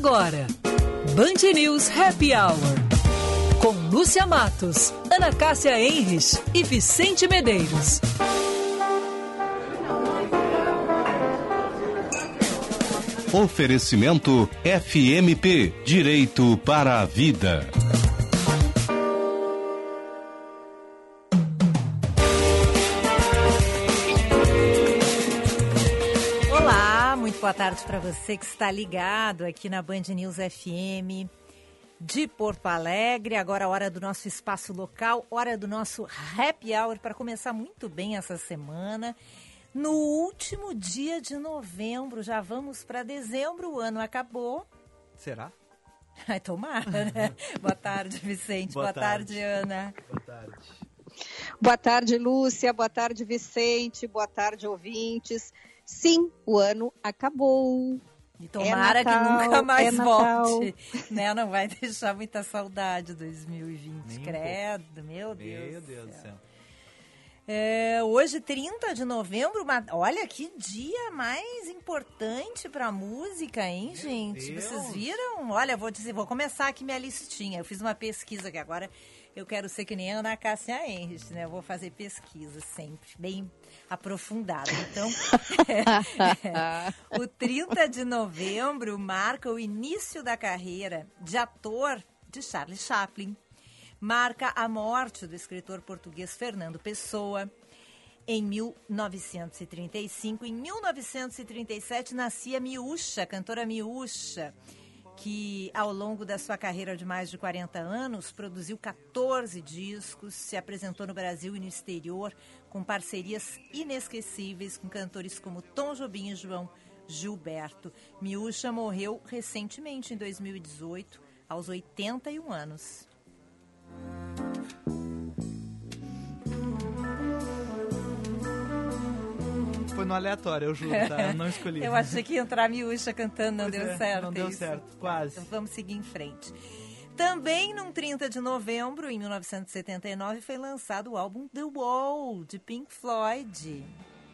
agora, Band News Happy Hour. Com Lúcia Matos, Ana Cássia Henrich e Vicente Medeiros. Oferecimento FMP Direito para a Vida. Olá, muito boa tarde para você que está ligado aqui na Band News FM de Porto Alegre. Agora a hora do nosso espaço local, hora do nosso Happy Hour para começar muito bem essa semana. No último dia de novembro, já vamos para dezembro, o ano acabou. Será? Ai, tomara, né? Boa tarde, Vicente. Boa tarde, Ana. Boa tarde. Boa tarde, Lúcia. Boa tarde, Vicente. Boa tarde, ouvintes. Sim, o ano acabou. E tomara Natal, que nunca mais volte. Né? Não vai deixar muita saudade 2020. Nem credo, meu Deus. Meu Deus do céu. Hoje, 30 de novembro, olha que dia mais importante para a música, hein, gente? Vocês viram? Olha, vou começar aqui minha listinha. Eu fiz uma pesquisa que agora eu quero ser que nem a Ana Cássia Henrich, né? Eu vou fazer pesquisa sempre, bem aprofundada. Então, o 30 de novembro marca o início da carreira de ator de Charlie Chaplin. Marca a morte do escritor português Fernando Pessoa. Em 1935, em 1937, nascia Miúcha, cantora Miúcha, que ao longo da sua carreira de mais de 40 anos, produziu 14 discos, se apresentou no Brasil e no exterior, com parcerias inesquecíveis com cantores como Tom Jobim e João Gilberto. Miúcha morreu recentemente, em 2018, aos 81 anos. Foi no aleatório, eu juro, tá? Eu não escolhi. Eu achei que ia entrar a Miúcha cantando, não deu certo. Não deu certo, quase. Então vamos seguir em frente. Também, num 30 de novembro, em 1979, foi lançado o álbum The Wall, de Pink Floyd.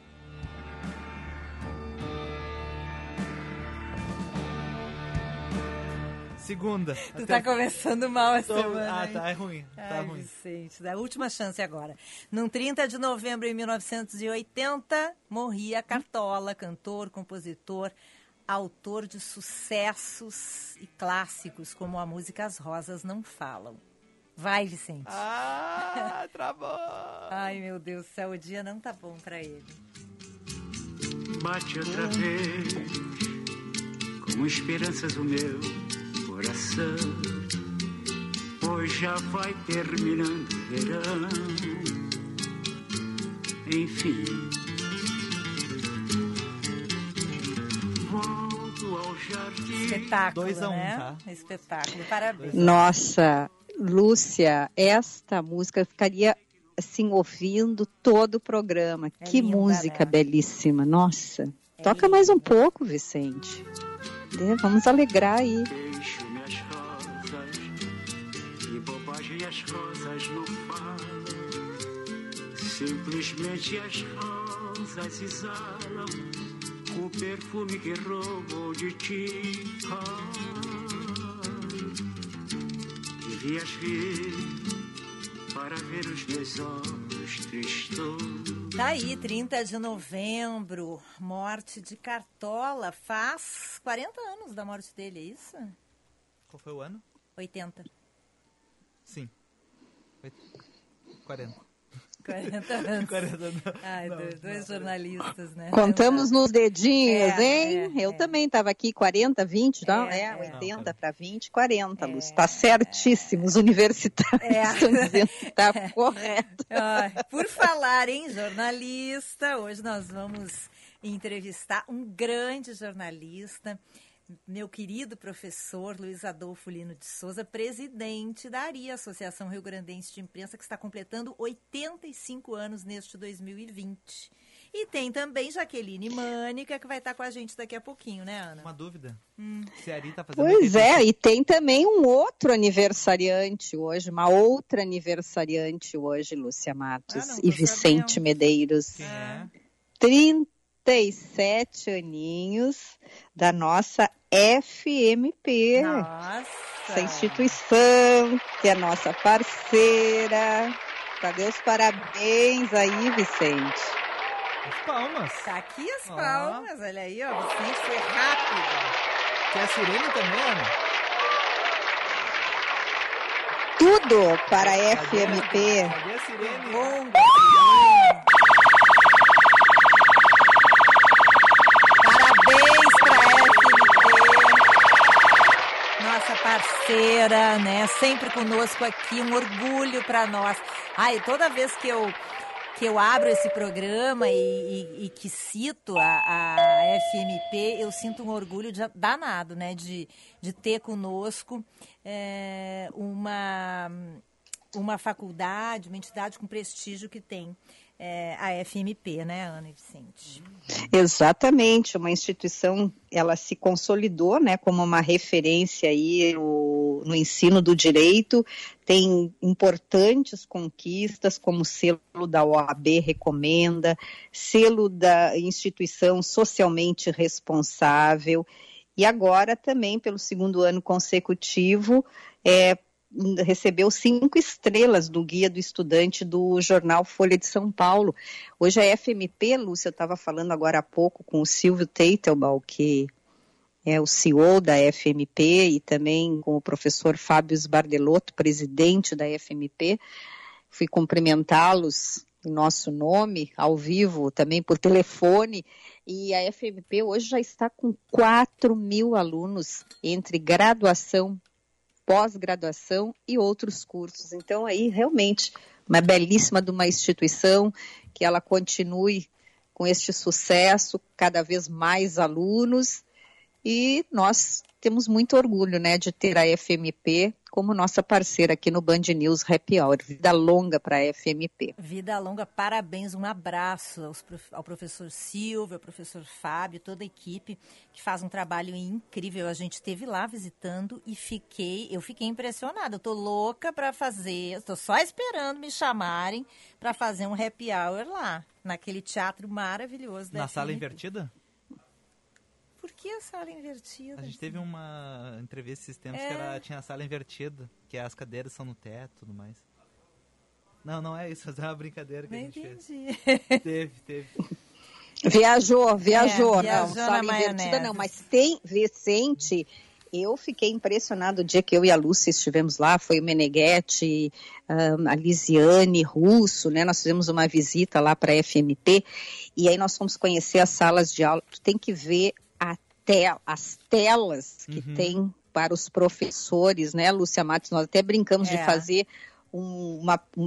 Segunda. Tu tá começando mal essa semana. Tá, é ruim. Tá ruim. Vicente, dá a última chance agora. Num 30 de novembro de 1980, morria Cartola, cantor, compositor, autor de sucessos e clássicos, como a música As Rosas Não Falam. Vai, Vicente. Travou. Ai, meu Deus do céu, o dia não tá bom pra ele. Bate outra vez, com esperanças o meu coração, pois já vai terminando o verão. Enfim, volto ao jardim. Espetáculo, 2-1, né? tá? Espetáculo, parabéns. Nossa, Lúcia, esta música eu ficaria assim ouvindo todo o programa. Que linda, música, né? Belíssima. Nossa, toca linda. mais um pouco, Vicente. Vamos alegrar aí. Deixo minhas rosas e bobagem as rosas não falam. Simplesmente as rosas exalam o perfume que roubou de ti. Devias vir para ver os meus olhos tristos. Tá aí, 30 de novembro, morte de Cartola. Faz 40 anos da morte dele, é isso? Qual foi o ano? 80. Sim. 40. 40 anos. 40 anos. Ai, dois jornalistas, né? Contamos nos dedinhos, hein? Eu é. também estava aqui, 40, 20, não? 80 para 20, 40, Lúcia. Está certíssimo, os universitários estão dizendo que está correto. Por falar em jornalista, hoje nós vamos entrevistar um grande jornalista, meu querido professor Luiz Adolfo Lino de Souza, presidente da ARI, Associação Rio Grandense de Imprensa, que está completando 85 anos neste 2020. E tem também Jaqueline Mânica, que vai estar com a gente daqui a pouquinho, né, Ana? Uma dúvida. Se a Ari tá fazendo... Pois é, e tem também um outro aniversariante hoje, uma outra aniversariante hoje, Lúcia Matos e Vicente Medeiros. Quem é? 30 37 aninhos da nossa FMP. Nossa! Essa instituição que é nossa parceira. Cadê os parabéns aí, Vicente? As palmas. Tá aqui as palmas, olha aí, ó. Vicente foi rápido. Quer a sirene também, Ana? Tudo para a FMP. Cadê a sirene? Bom, parabéns para a FMP, nossa parceira, né? Sempre conosco aqui, um orgulho para nós. Ai, toda vez que eu abro esse programa e que cito a FMP, eu sinto um orgulho danado, né, de ter conosco uma faculdade, uma entidade com prestígio que tem a FMP, né, Ana e Vicente? Exatamente, uma instituição, ela se consolidou, né, como uma referência aí no ensino do direito, tem importantes conquistas, como selo da OAB recomenda, selo da instituição socialmente responsável, e agora também, pelo 2º ano consecutivo, recebeu 5 estrelas do Guia do Estudante do jornal Folha de São Paulo. Hoje a FMP, Lúcia, eu estava falando agora há pouco com o Silvio Teitelbaum, que é o CEO da FMP, e também com o professor Fábio Sbardelotto, presidente da FMP. Fui cumprimentá-los em nosso nome, ao vivo, também por telefone, e a FMP hoje já está com 4.000 alunos entre graduação, pós-graduação e outros cursos. Então, aí, realmente, uma belíssima de uma instituição, que ela continue com este sucesso, cada vez mais alunos, e nós temos muito orgulho, né, de ter a FMP como nossa parceira aqui no Band News Happy Hour. Vida longa para a FMP. Vida longa, parabéns, um abraço ao professor Silvio, ao professor Fábio, toda a equipe que faz um trabalho incrível. A gente esteve lá visitando e eu fiquei impressionada. Eu tô louca para fazer, estou só esperando me chamarem para fazer um Happy Hour lá, naquele teatro maravilhoso da Na FMP. sala invertida? Por que a sala invertida? A gente teve uma entrevista esses tempos que tinha a sala invertida, que as cadeiras são no teto e tudo mais. Não é isso, é uma brincadeira que a gente fez. Teve. Viajou, não, na sala invertida maionese. não, mas tem, Vicente, eu fiquei impressionada o dia que eu e a Lúcia estivemos lá, foi o Meneghetti, a Lisiane Russo, né, nós fizemos uma visita lá para a FMP, e aí nós fomos conhecer as salas de aula, tu tem que ver as telas que tem para os professores, né, Lúcia Matos, nós até brincamos de fazer um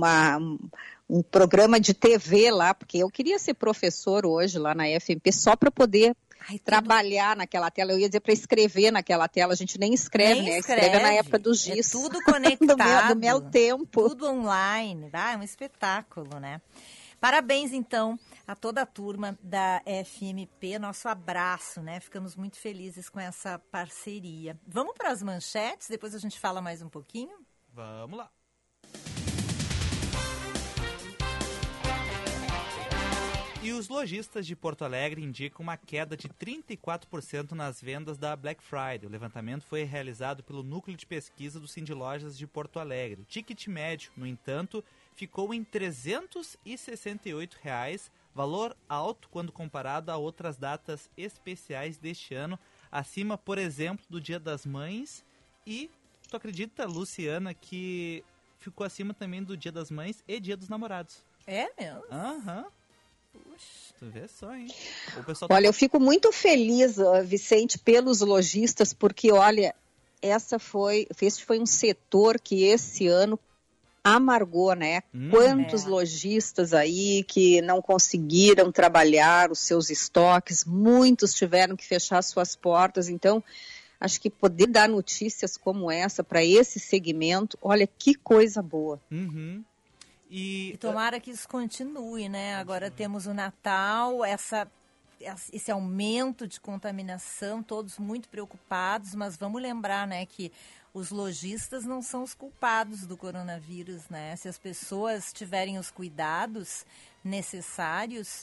programa de TV lá, porque eu queria ser professor hoje lá na FMP só para poder trabalhar naquela tela. Eu ia dizer para escrever naquela tela, a gente nem escreve, né? Escreve na época do GIS. É tudo conectado. do meu tempo. Tudo online. É um espetáculo, né? Parabéns, então, a toda a turma da FMP. Nosso abraço, né? Ficamos muito felizes com essa parceria. Vamos para as manchetes, depois a gente fala mais um pouquinho? Vamos lá. E os lojistas de Porto Alegre indicam uma queda de 34% nas vendas da Black Friday. O levantamento foi realizado pelo Núcleo de Pesquisa do Sindlojas de Porto Alegre. O ticket médio, no entanto, ficou em R$ 368, valor alto quando comparado a outras datas especiais deste ano, acima, por exemplo, do Dia das Mães. E tu acredita, Luciana, que ficou acima também do Dia das Mães e Dia dos Namorados? É mesmo? Aham. Puxa, tu vê só, hein? Olha, eu fico muito feliz, Vicente, pelos lojistas, porque, olha, esse foi um setor que esse ano amargou, né? Quantos lojistas aí que não conseguiram trabalhar os seus estoques, muitos tiveram que fechar suas portas, então acho que poder dar notícias como essa para esse segmento, olha que coisa boa. E tomara que isso continue, né? Agora temos o Natal, esse aumento de contaminação, todos muito preocupados, mas vamos lembrar, né, que os lojistas não são os culpados do coronavírus, né? Se as pessoas tiverem os cuidados necessários,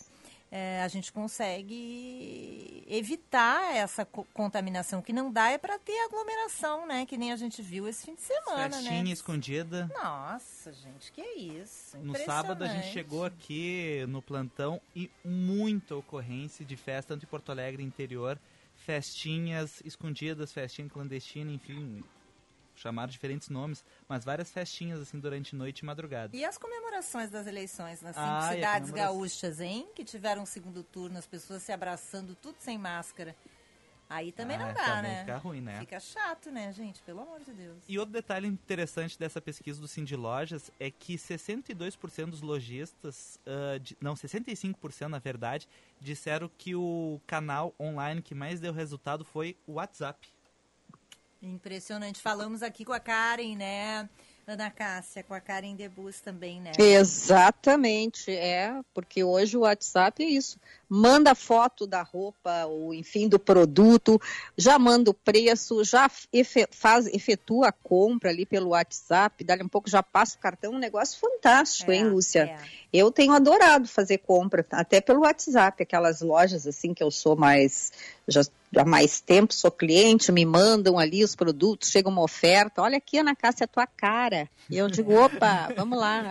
a gente consegue evitar essa contaminação. O que não dá é para ter aglomeração, né? Que nem a gente viu esse fim de semana, Festinha né? escondida. Nossa, gente, que isso. No sábado a gente chegou aqui no plantão e muita ocorrência de festa, tanto em Porto Alegre interior, festinhas escondidas, festinha clandestina, enfim, chamaram diferentes nomes, mas várias festinhas assim durante noite e madrugada. E as comemorações das eleições nas 5 cidades gaúchas, hein? Que tiveram um segundo turno, as pessoas se abraçando, tudo sem máscara. Aí também não dá, né? Fica ruim, né? Fica chato, né, gente? Pelo amor de Deus. E outro detalhe interessante dessa pesquisa do Cindy Lojas é que 62% dos lojistas, 65% na verdade, disseram que o canal online que mais deu resultado foi o WhatsApp. Impressionante. Falamos aqui com a Karen, né, Ana Cássia, com a Karen Debus também, né? Exatamente, porque hoje o WhatsApp é isso. Manda foto da roupa, ou enfim, do produto, já manda o preço, já efetua a compra ali pelo WhatsApp, dali um pouco já passa o cartão, um negócio fantástico, hein, Lúcia? Eu tenho adorado fazer compra, até pelo WhatsApp, aquelas lojas assim que eu sou mais, já há mais tempo, sou cliente, me mandam ali os produtos, chega uma oferta, olha aqui, Ana Cássia, a tua cara. E eu digo, opa, vamos lá.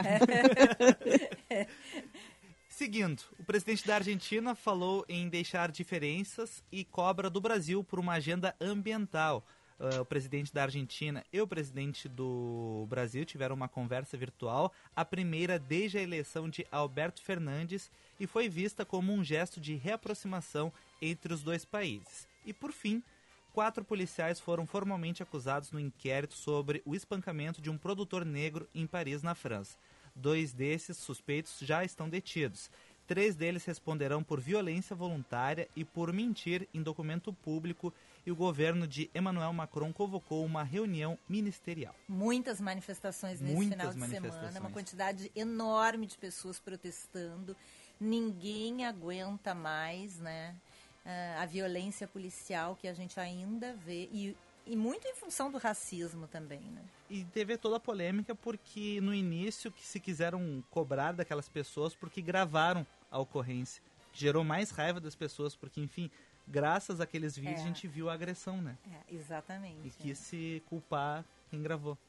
Seguindo, o presidente da Argentina falou em deixar diferenças e cobra do Brasil por uma agenda ambiental. O presidente da Argentina e o presidente do Brasil tiveram uma conversa virtual, a primeira desde a eleição de Alberto Fernandes, e foi vista como um gesto de reaproximação entre os dois países. E por fim, 4 policiais foram formalmente acusados no inquérito sobre o espancamento de um produtor negro em Paris, na França. 2 desses suspeitos já estão detidos. 3 deles responderão por violência voluntária e por mentir em documento público, e o governo de Emmanuel Macron convocou uma reunião ministerial. Muitas manifestações nesse final de semana, uma quantidade enorme de pessoas protestando. Ninguém aguenta mais, né, a violência policial que a gente ainda vê, e muito em função do racismo também, né? E teve toda a polêmica porque no início que se quiseram cobrar daquelas pessoas porque gravaram a ocorrência. Gerou mais raiva das pessoas porque, enfim, graças àqueles vídeos a gente viu a agressão, né? Exatamente. E quis se culpar quem gravou.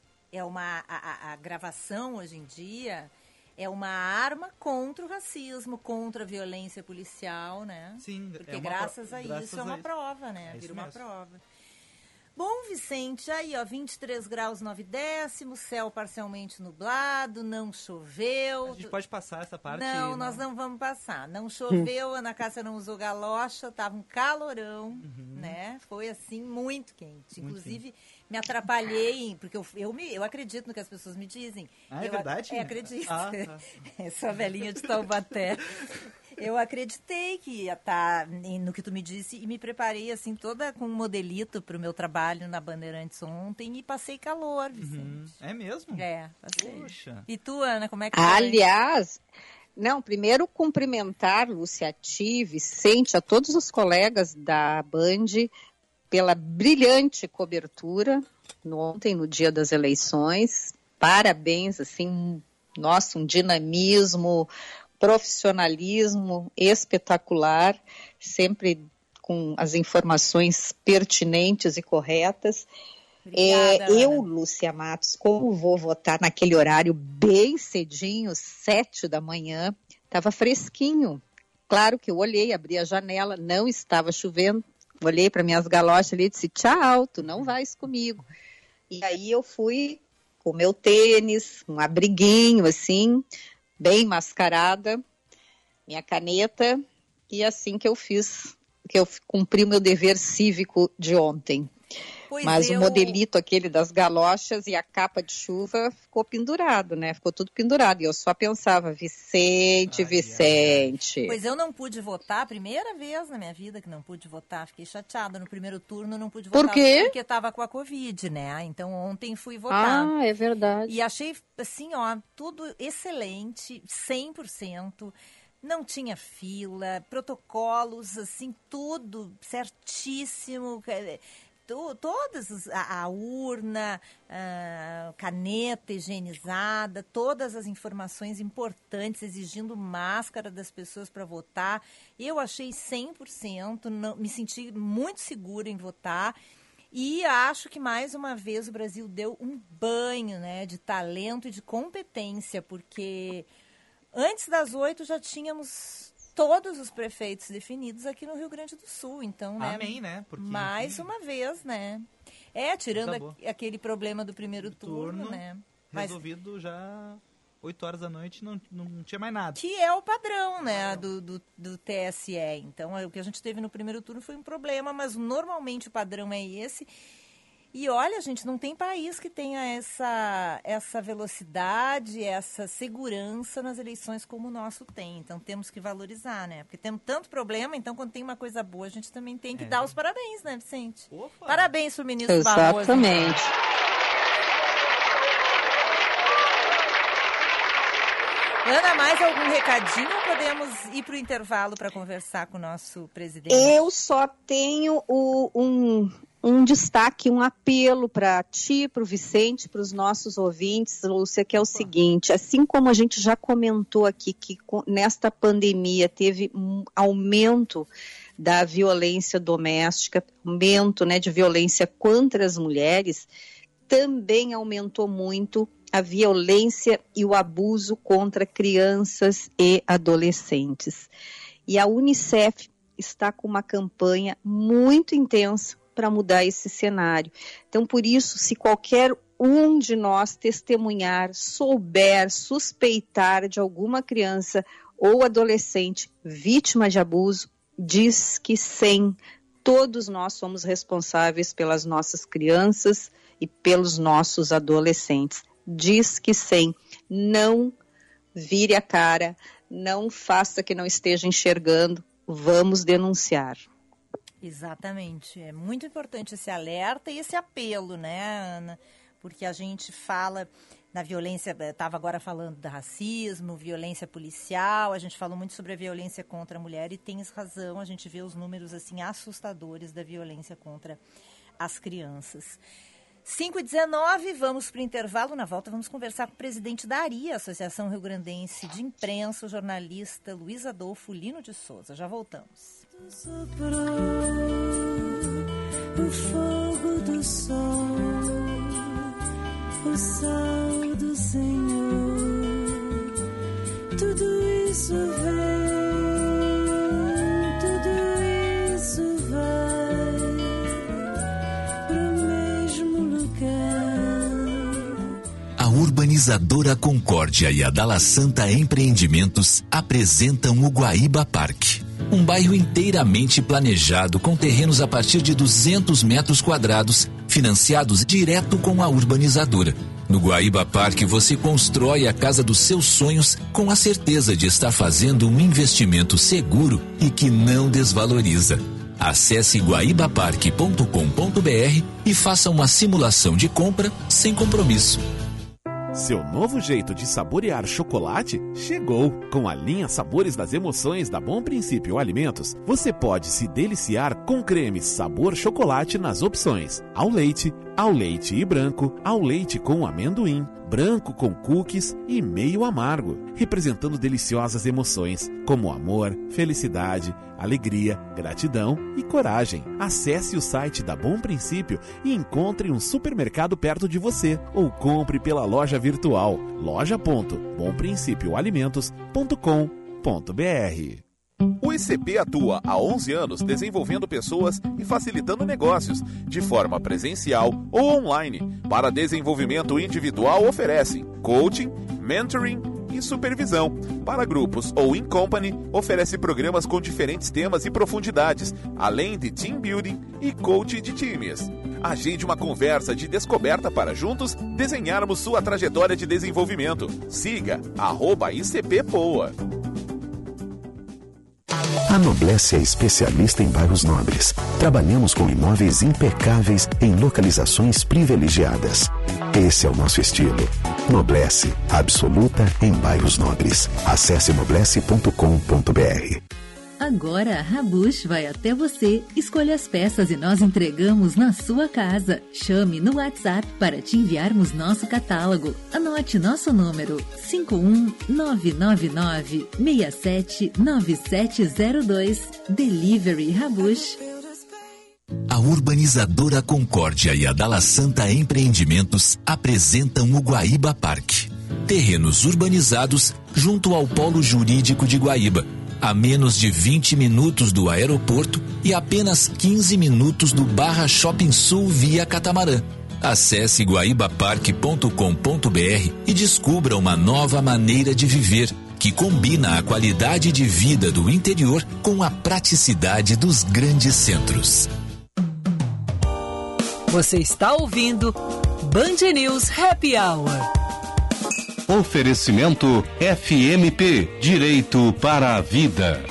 A gravação hoje em dia é uma arma contra o racismo, contra a violência policial, né? Sim. Porque graças a isso é uma prova, né? Vira uma prova. Bom, Vicente, aí ó, 23 graus 9 décimos, céu parcialmente nublado, não choveu. A gente pode passar essa parte? Não, nós não vamos passar. Não choveu, a Ana Cássia não usou galocha, tava um calorão, né? Foi assim, muito quente. Inclusive, me atrapalhei, porque eu acredito no que as pessoas me dizem. É verdade? Acredito. Tá. Essa velhinha de Taubaté. Eu acreditei que ia estar no que tu me disse e me preparei assim toda com um modelito para o meu trabalho na Bandeirantes ontem e passei calor, Vicente. É mesmo? Passei. Poxa. E tu, Ana, como é que foi? Aliás, primeiro cumprimentar Lúcia, a ti, Vicente, a todos os colegas da Band pela brilhante cobertura ontem, no dia das eleições. Parabéns, assim, um dinamismo, profissionalismo espetacular, sempre com as informações pertinentes e corretas. Obrigada, eu, Lúcia Matos, como vou votar naquele horário bem cedinho, 7 da manhã, estava fresquinho. Claro que eu olhei, abri a janela, não estava chovendo, olhei para minhas galochas ali e disse, tchau, tu não vais comigo. E aí eu fui com meu tênis, um abriguinho assim, bem mascarada, minha caneta, e assim que eu fiz, que eu cumpri o meu dever cívico de ontem. Mas o modelito aquele das galochas e a capa de chuva ficou pendurado, né? Ficou tudo pendurado. E eu só pensava, Vicente. Pois eu não pude votar, primeira vez na minha vida que não pude votar. Fiquei chateada. No primeiro turno não pude votar. Por quê? Porque estava com a Covid, né? Então ontem fui votar. Ah, é verdade. E achei, assim, tudo excelente, 100%. Não tinha fila, protocolos, assim, tudo certíssimo. todas, a urna, caneta higienizada, todas as informações importantes, exigindo máscara das pessoas para votar. Eu achei 100%, me senti muito segura em votar. E acho que, mais uma vez, o Brasil deu um banho, né, de talento e de competência, porque antes das 8 já tínhamos todos os prefeitos definidos aqui no Rio Grande do Sul. Então, né, amém, né? Porque, mais uma vez, né? Tirando aquele problema do primeiro turno, né? Resolvido já 8 horas da noite, não tinha mais nada. Que é o padrão, né, do TSE. Então, o que a gente teve no primeiro turno foi um problema, mas normalmente o padrão é esse. E olha, gente, não tem país que tenha essa velocidade, essa segurança nas eleições como o nosso tem. Então, temos que valorizar, né? Porque temos tanto problema, então, quando tem uma coisa boa, a gente também tem que dar os parabéns, né, Vicente? Opa. Parabéns pro ministro Barroso. Exatamente. Ana, mais algum recadinho ou podemos ir para o intervalo para conversar com o nosso presidente? Eu só tenho um destaque, um apelo para ti, para o Vicente, para os nossos ouvintes, Lúcia, que é o seguinte: assim como a gente já comentou aqui que nesta pandemia teve um aumento da violência doméstica, aumento, né, de violência contra as mulheres, também aumentou muito a violência e o abuso contra crianças e adolescentes. E a Unicef está com uma campanha muito intensa para mudar esse cenário. Então, por isso, se qualquer um de nós testemunhar, souber, suspeitar de alguma criança ou adolescente vítima de abuso, diz que sim, todos nós somos responsáveis pelas nossas crianças e pelos nossos adolescentes. Diz que sim, não vire a cara, não faça que não esteja enxergando, vamos denunciar. Exatamente, é muito importante esse alerta e esse apelo, né, Ana? Porque a gente fala da violência, estava agora falando do racismo, violência policial, a gente falou muito sobre a violência contra a mulher e tens razão, a gente vê os números assim assustadores da violência contra as crianças. 5h19, vamos para o intervalo. Na volta vamos conversar com o presidente da ARI, Associação Rio-Grandense de Imprensa, o jornalista Luiz Adolfo Lino de Souza. Já voltamos. Soprou o fogo do sol, o sol do Senhor, tudo isso vem, tudo isso vai pro mesmo lugar. A urbanizadora Concórdia e a Dalla Santa Empreendimentos apresentam o Guaíba Parque. Um bairro inteiramente planejado com terrenos a partir de 200 metros quadrados, financiados direto com a urbanizadora. No Guaíba Parque você constrói a casa dos seus sonhos com a certeza de estar fazendo um investimento seguro e que não desvaloriza. Acesse guaibaparque.com.br e faça uma simulação de compra sem compromisso. Seu novo jeito de saborear chocolate chegou! Com a linha Sabores das Emoções da Bom Princípio Alimentos, você pode se deliciar com cremes sabor chocolate nas opções ao leite e branco, ao leite com amendoim, branco com cookies e meio amargo, representando deliciosas emoções como amor, felicidade, alegria, gratidão e coragem. Acesse o site da Bom Princípio e encontre um supermercado perto de você ou compre pela loja virtual loja.bomprincipioalimentos.com.br. O ICP atua há 11 anos desenvolvendo pessoas e facilitando negócios, de forma presencial ou online. Para desenvolvimento individual, oferecem coaching, mentoring e supervisão. Para grupos ou in company, oferece programas com diferentes temas e profundidades, além de team building e coaching de times. Agende uma conversa de descoberta para juntos desenharmos sua trajetória de desenvolvimento. Siga @ICPPoa. A Noblesse é especialista em bairros nobres. Trabalhamos com imóveis impecáveis em localizações privilegiadas. Esse é o nosso estilo. Noblesse, absoluta em bairros nobres. Acesse noblesse.com.br. Agora a Rabush vai até você, escolha as peças e nós entregamos na sua casa. Chame no WhatsApp para te enviarmos nosso catálogo. Anote nosso número 51999-679702. Delivery Rabush. A urbanizadora Concórdia e a Dalla Santa Empreendimentos apresentam o Guaíba Parque. Terrenos urbanizados junto ao Polo Jurídico de Guaíba, a menos de 20 minutos do aeroporto e apenas 15 minutos do Barra Shopping Sul via catamarã. Acesse guaibaparque.com.br e descubra uma nova maneira de viver que combina a qualidade de vida do interior com a praticidade dos grandes centros. Você está ouvindo Band News Happy Hour. Oferecimento FMP Direito para a Vida.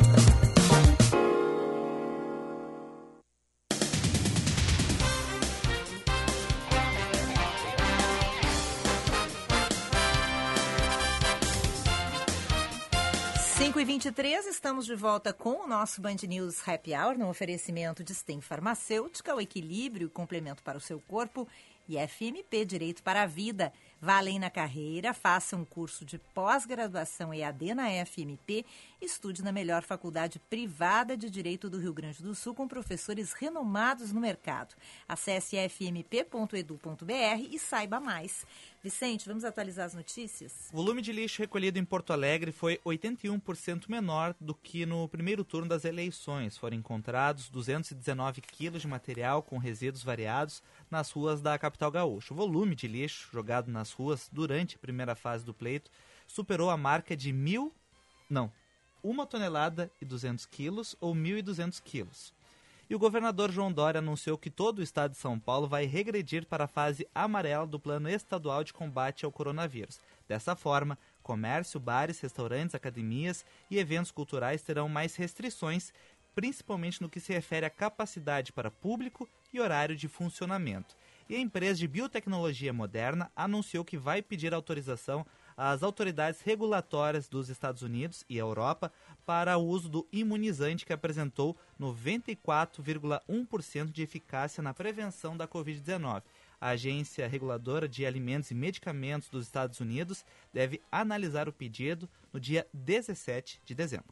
e 23, estamos de volta com o nosso Band News Happy Hour, no oferecimento de STEM Farmacêutica, o equilíbrio e complemento para o seu corpo, e FMP Direito para a Vida. Vá além na carreira, faça um curso de pós-graduação EAD na FMP, estude na melhor faculdade privada de Direito do Rio Grande do Sul com professores renomados no mercado. Acesse fmp.edu.br e saiba mais. Vicente, vamos atualizar as notícias? O volume de lixo recolhido em Porto Alegre foi 81% menor do que no primeiro turno das eleições. Foram encontrados 219 quilos de material com resíduos variados nas ruas da capital gaúcha. O volume de lixo jogado nas ruas durante a primeira fase do pleito superou a marca de 1 tonelada e 200 quilos ou 1.200 quilos. E o governador João Dória anunciou que todo o estado de São Paulo vai regredir para a fase amarela do Plano Estadual de Combate ao Coronavírus. Dessa forma, comércio, bares, restaurantes, academias e eventos culturais terão mais restrições, principalmente no que se refere à capacidade para público e horário de funcionamento. E a empresa de biotecnologia Moderna anunciou que vai pedir autorização às autoridades regulatórias dos Estados Unidos e Europa para o uso do imunizante que apresentou 94,1% de eficácia na prevenção da Covid-19. A Agência Reguladora de Alimentos e Medicamentos dos Estados Unidos deve analisar o pedido no dia 17 de dezembro.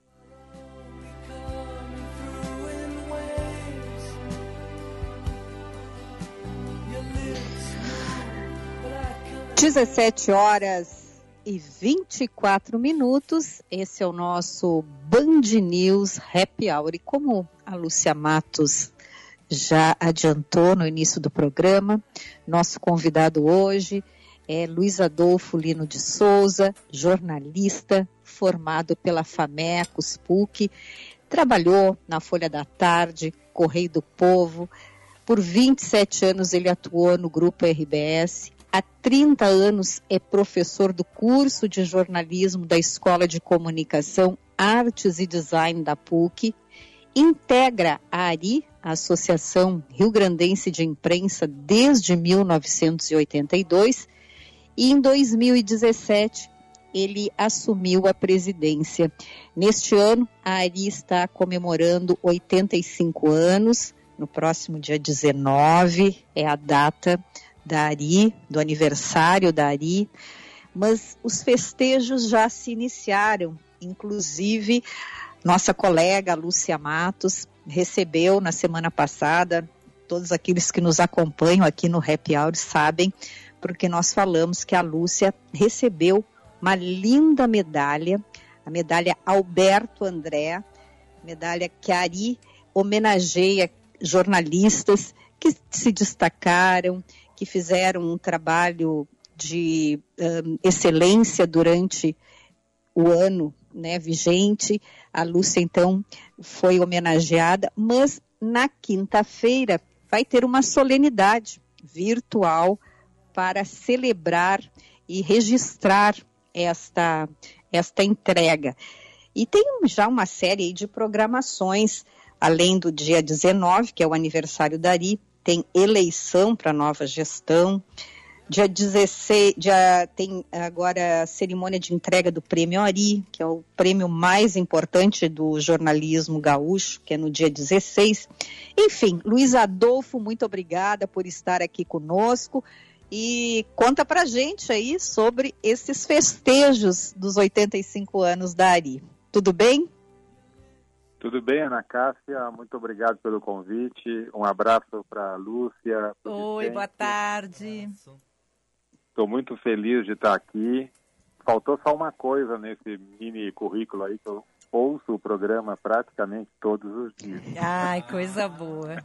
Às 17h24, esse é o nosso Band News Happy Hour. E como a Lúcia Matos já adiantou no início do programa, nosso convidado hoje é Luiz Adolfo Lino de Souza, jornalista, formado pela FAMECOS PUC, trabalhou na Folha da Tarde, Correio do Povo. Por 27 anos ele atuou no Grupo RBS. Há 30 anos é professor do curso de jornalismo da Escola de Comunicação, Artes e Design da PUC. Integra a ARI, a Associação Rio-Grandense de Imprensa, desde 1982. E em 2017 ele assumiu a presidência. Neste ano, a ARI está comemorando 85 anos. No próximo dia 19 é a data da ARI, do aniversário da ARI, mas os festejos já se iniciaram. Inclusive, nossa colega Lúcia Matos recebeu na semana passada, todos aqueles que nos acompanham aqui no Happy Hour sabem, porque nós falamos que a Lúcia recebeu uma linda medalha, a medalha Alberto André, medalha que a ARI homenageia jornalistas que se destacaram, que fizeram um trabalho de excelência durante o ano, né, vigente. A Lúcia, então, foi homenageada, mas na quinta-feira vai ter uma solenidade virtual para celebrar e registrar esta entrega. E tem já uma série de programações, além do dia 19, que é o aniversário da ARI, tem eleição para nova gestão, Dia 16, tem agora a cerimônia de entrega do Prêmio Ari, que é o prêmio mais importante do jornalismo gaúcho, que é no dia 16. Enfim, Luiz Adolfo, muito obrigada por estar aqui conosco e conta pra gente aí sobre esses festejos dos 85 anos da Ari. Tudo bem? Tudo bem, Ana Cássia, muito obrigado pelo convite, um abraço para a Lúcia. Oi, boa tarde. Estou muito feliz de estar aqui. Faltou só uma coisa nesse mini currículo aí, que eu ouço o programa praticamente todos os dias. Ai, coisa boa.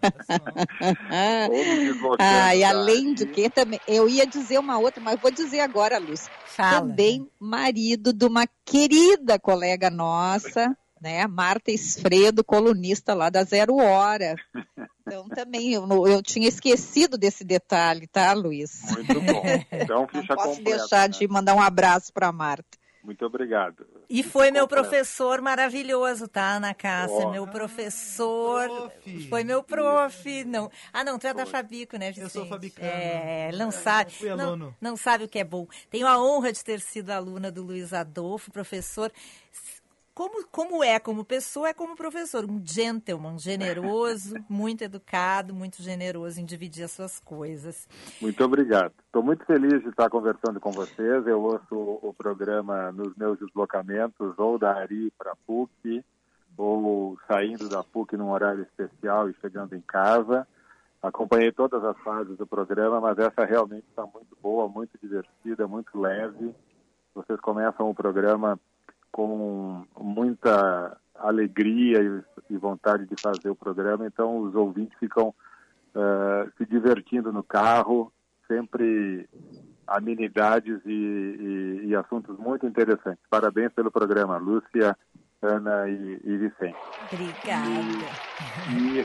E além do que, também, eu ia dizer uma outra, mas vou dizer agora, Lúcia. Fala. Também marido de uma querida colega nossa, né, Marta Esfredo, colunista lá da Zero Hora. Então também, eu tinha esquecido desse detalhe, tá, Luiz? Muito bom. Então, ficha Não posso completa, deixar né? de mandar um abraço para a Marta. Muito obrigado. E foi meu professor maravilhoso, tá, Ana Cássia? Meu professor, foi meu prof. Não. Não, tu é da Fabico, né, Vicente? Eu sou fabicano. Não sabe. Fui aluno. Não sabe o que é bom. Tenho a honra de ter sido aluna do Luiz Adolfo, professor. Como é como pessoa, é como professor, um gentleman, generoso, muito educado, muito generoso em dividir as suas coisas. Muito obrigado. Estou muito feliz de estar conversando com vocês. Eu ouço o programa nos meus deslocamentos, ou da Ari para a PUC, ou saindo da PUC num horário especial e chegando em casa. Acompanhei todas as fases do programa, mas essa realmente está muito boa, muito divertida, muito leve. Vocês começam o programa com muita alegria e vontade de fazer o programa, então os ouvintes ficam se divertindo no carro, sempre amenidades e assuntos muito interessantes. Parabéns pelo programa, Lúcia, Ana e Vicente. Obrigada. E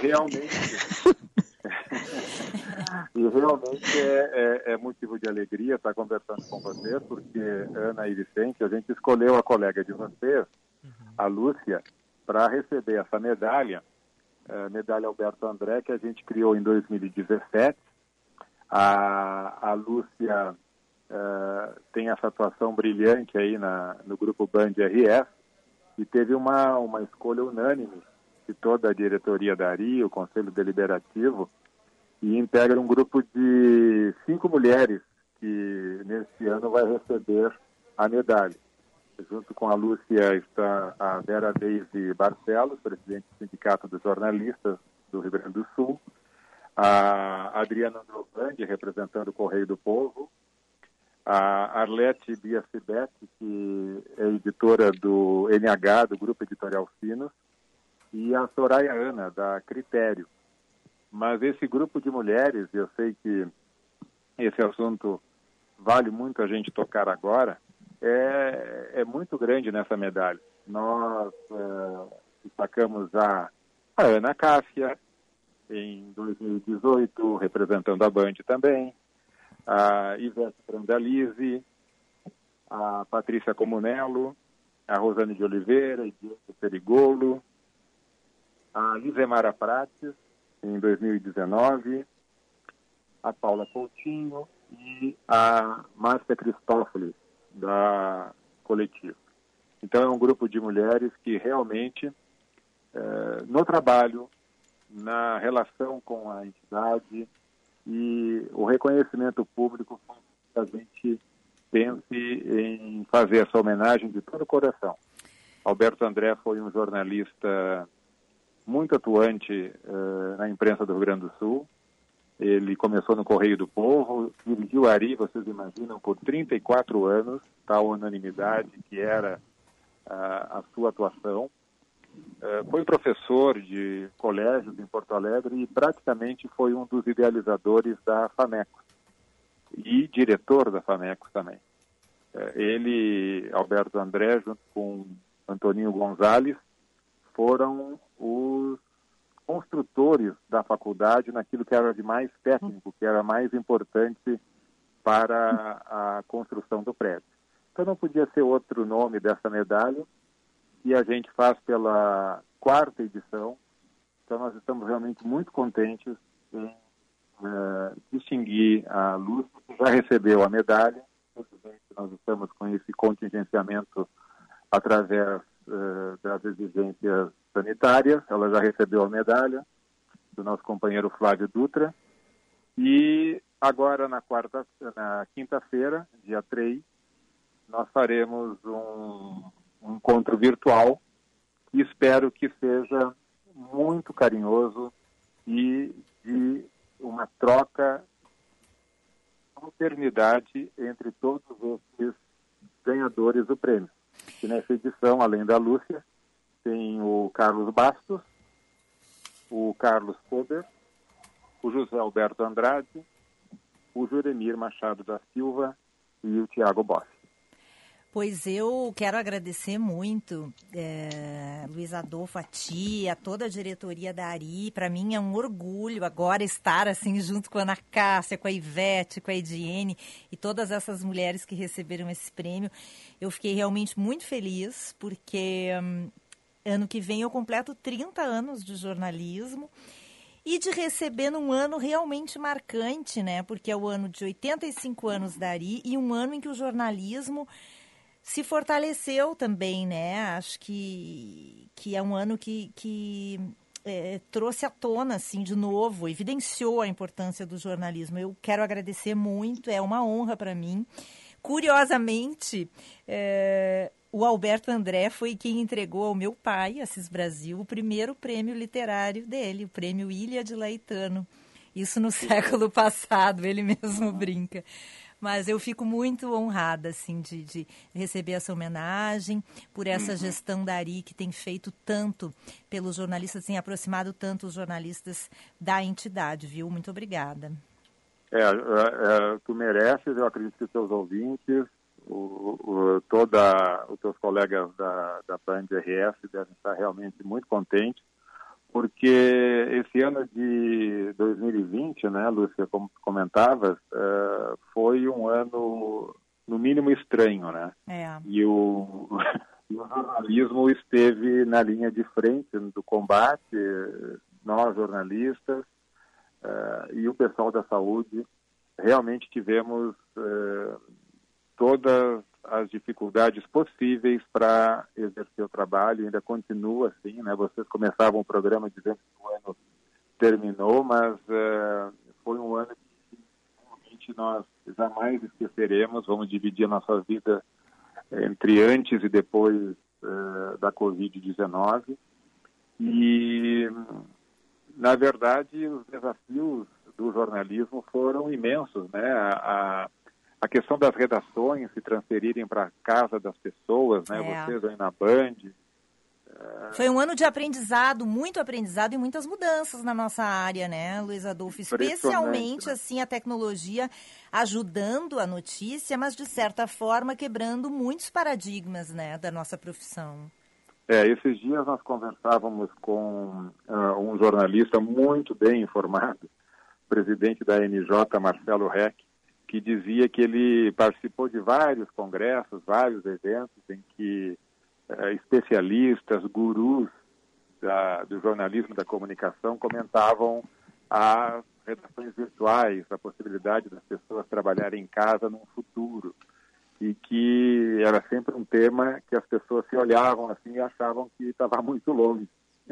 realmente é motivo de alegria estar conversando com vocês, porque Ana e Vicente, a gente escolheu a colega de vocês, a Lúcia, para receber essa medalha, medalha Alberto André, que a gente criou em 2017. A Lúcia tem essa atuação brilhante aí no grupo Band RS e teve uma escolha unânime de toda a diretoria da Ari, o Conselho Deliberativo, e integra um grupo de 5 mulheres que neste ano vai receber a medalha. Junto com a Lúcia está a Vera Deise Barcelos, presidente do Sindicato dos Jornalistas do Rio Grande do Sul, a Adriana Androvandi, representando o Correio do Povo, a Arlete Biasibetti, que é editora do NH, do Grupo Editorial Sinos, e a Soraya Ana, da Critério. Mas esse grupo de mulheres, eu sei que esse assunto vale muito a gente tocar agora, é muito grande nessa medalha. Nós destacamos a Ana Cássia, em 2018, representando a Band também, a Ivete Brandalize, a Patrícia Comunello, a Rosane de Oliveira, Edilson Perigolo, a Lisemara Prates, em 2019, a Paula Coutinho e a Márcia Cristófoli, da Coletiva. Então é um grupo de mulheres que realmente, no trabalho, na relação com a entidade e o reconhecimento público, a gente pense em fazer essa homenagem de todo o coração. Alberto André foi um jornalista muito atuante na imprensa do Rio Grande do Sul. Ele começou no Correio do Povo, dirigiu a Ari, vocês imaginam, por 34 anos, tal unanimidade que era a sua atuação. Foi professor de colégios em Porto Alegre e praticamente foi um dos idealizadores da FAMECOS e diretor da FAMECOS também. Ele, Alberto André, junto com Antoninho Gonzalez, foram os construtores da faculdade naquilo que era de mais técnico, que era mais importante para a construção do prédio. Então não podia ser outro nome dessa medalha, e a gente faz pela 4ª edição. Então nós estamos realmente muito contentes em distinguir a Lúcia, que já já recebeu a medalha. Nós estamos com esse contingenciamento através das exigências sanitárias. Ela já recebeu a medalha do nosso companheiro Flávio Dutra. E agora, na quinta-feira, dia 3, nós faremos um encontro virtual e espero que seja muito carinhoso e de uma troca, fraternidade entre todos esses ganhadores do prêmio. E nessa edição, além da Lúcia, tem o Carlos Bastos, o Carlos Kober, o José Alberto Andrade, o Juremir Machado da Silva e o Tiago Bossi. Pois eu quero agradecer muito, Luiz Adolfo, a ti, a toda a diretoria da ARI. Para mim é um orgulho agora estar assim junto com a Ana Cássia, com a Ivete, com a Ediene e todas essas mulheres que receberam esse prêmio. Eu fiquei realmente muito feliz porque ano que vem eu completo 30 anos de jornalismo e de receber num ano realmente marcante, né? Porque é o ano de 85 anos da ARI e um ano em que o jornalismo se fortaleceu também, né? Acho que é um ano que trouxe à tona, assim, de novo, evidenciou a importância do jornalismo. Eu quero agradecer muito, é uma honra para mim. Curiosamente, o Alberto André foi quem entregou ao meu pai, Assis Brasil, o primeiro prêmio literário dele, o prêmio Ilha de Laetano. Isso no século passado, ele mesmo brinca. Mas eu fico muito honrada, assim, de receber essa homenagem, por essa gestão da ARI que tem feito tanto pelos jornalistas, tem aproximado tanto os jornalistas da entidade, viu? Muito obrigada. Tu mereces, eu acredito que os teus ouvintes, os teus colegas da Band RS devem estar realmente muito contentes, porque esse ano de 2020, né, Lúcia, como tu comentavas, foi um ano, no mínimo, estranho, né? E o jornalismo esteve na linha de frente do combate, nós, jornalistas, e o pessoal da saúde, realmente tivemos todas as dificuldades possíveis para exercer o trabalho, ainda continua assim, né? Vocês começavam o programa dizendo que o ano terminou, mas foi um ano que realmente nós jamais esqueceremos. Vamos dividir a nossa vida entre antes e depois da Covid-19 e, na verdade, os desafios do jornalismo foram imensos, né? A questão das redações se transferirem para a casa das pessoas, né? Vocês aí na Band. Foi um ano de aprendizado, muito aprendizado e muitas mudanças na nossa área, né, Luiz Adolfo? Especialmente, assim, a tecnologia ajudando a notícia, mas, de certa forma, quebrando muitos paradigmas, né, da nossa profissão. Esses dias nós conversávamos com um jornalista muito bem informado, presidente da NJ, Marcelo Reck, que dizia que ele participou de vários congressos, vários eventos em que especialistas, gurus do jornalismo da comunicação comentavam as redações virtuais, a possibilidade das pessoas trabalharem em casa num futuro, e que era sempre um tema que as pessoas se olhavam assim e achavam que estava muito longe.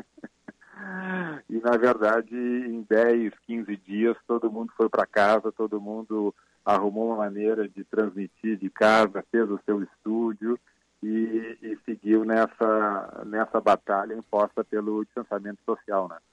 E, na verdade, em 10, 15 dias, todo mundo foi para casa, todo mundo arrumou uma maneira de transmitir de casa, fez o seu estúdio e seguiu nessa batalha imposta pelo distanciamento social, né?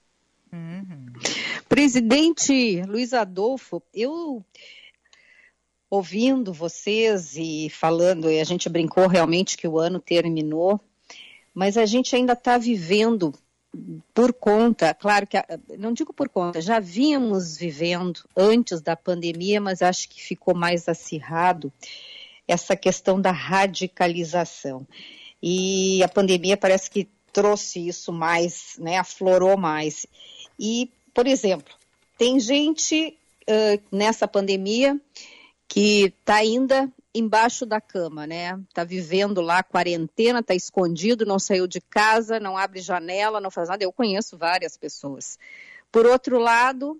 Presidente Luiz Adolfo, eu ouvindo vocês e falando, e a gente brincou realmente que o ano terminou, mas a gente ainda está vivendo por conta, claro que, não digo por conta, já vínhamos vivendo antes da pandemia, mas acho que ficou mais acirrado essa questão da radicalização. E a pandemia parece que trouxe isso mais, né, aflorou mais. E, por exemplo, tem gente nessa pandemia que está ainda embaixo da cama, né? Está vivendo lá quarentena, está escondido, não saiu de casa, não abre janela, não faz nada. Eu conheço várias pessoas. Por outro lado,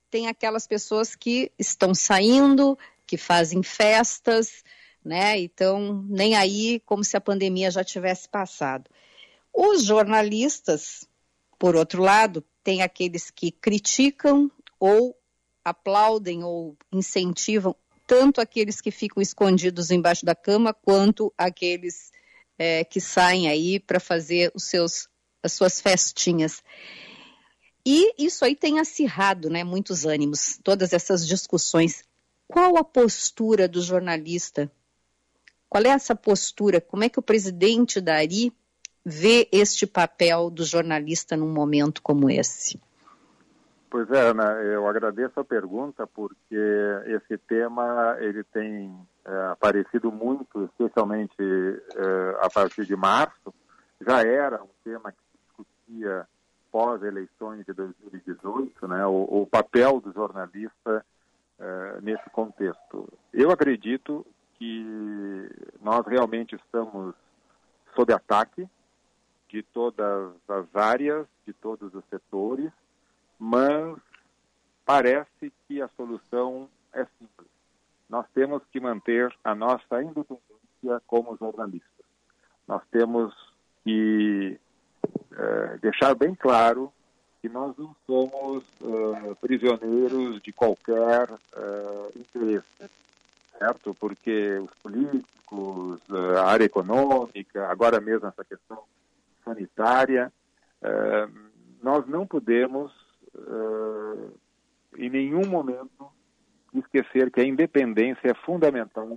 tem aquelas pessoas que estão saindo, que fazem festas, né? Então, nem aí, como se a pandemia já tivesse passado. Os jornalistas, por outro lado, tem aqueles que criticam ou aplaudem ou incentivam tanto aqueles que ficam escondidos embaixo da cama, quanto aqueles que saem aí para fazer as suas festinhas. E isso aí tem acirrado, né, muitos ânimos, todas essas discussões. Qual a postura do jornalista? Qual é essa postura? Como é que o presidente da ARI vê este papel do jornalista num momento como esse? Pois é, Ana, eu agradeço a pergunta, porque esse tema ele tem aparecido muito, especialmente a partir de março. Já era um tema que se discutia pós-eleições de 2018, né, o papel do jornalista nesse contexto. Eu acredito que nós realmente estamos sob ataque de todas as áreas, de todos os setores, mas parece que a solução é simples. Nós temos que manter a nossa independência como jornalistas. Nós temos que deixar bem claro que nós não somos prisioneiros de qualquer interesse, certo? Porque os políticos, a área econômica, agora mesmo essa questão sanitária, nós não podemos em nenhum momento esquecer que a independência é fundamental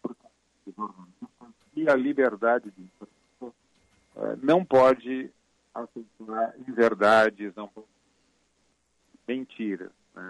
e a liberdade de imprensa não pode aceitar inverdades, não pode mentiras, né?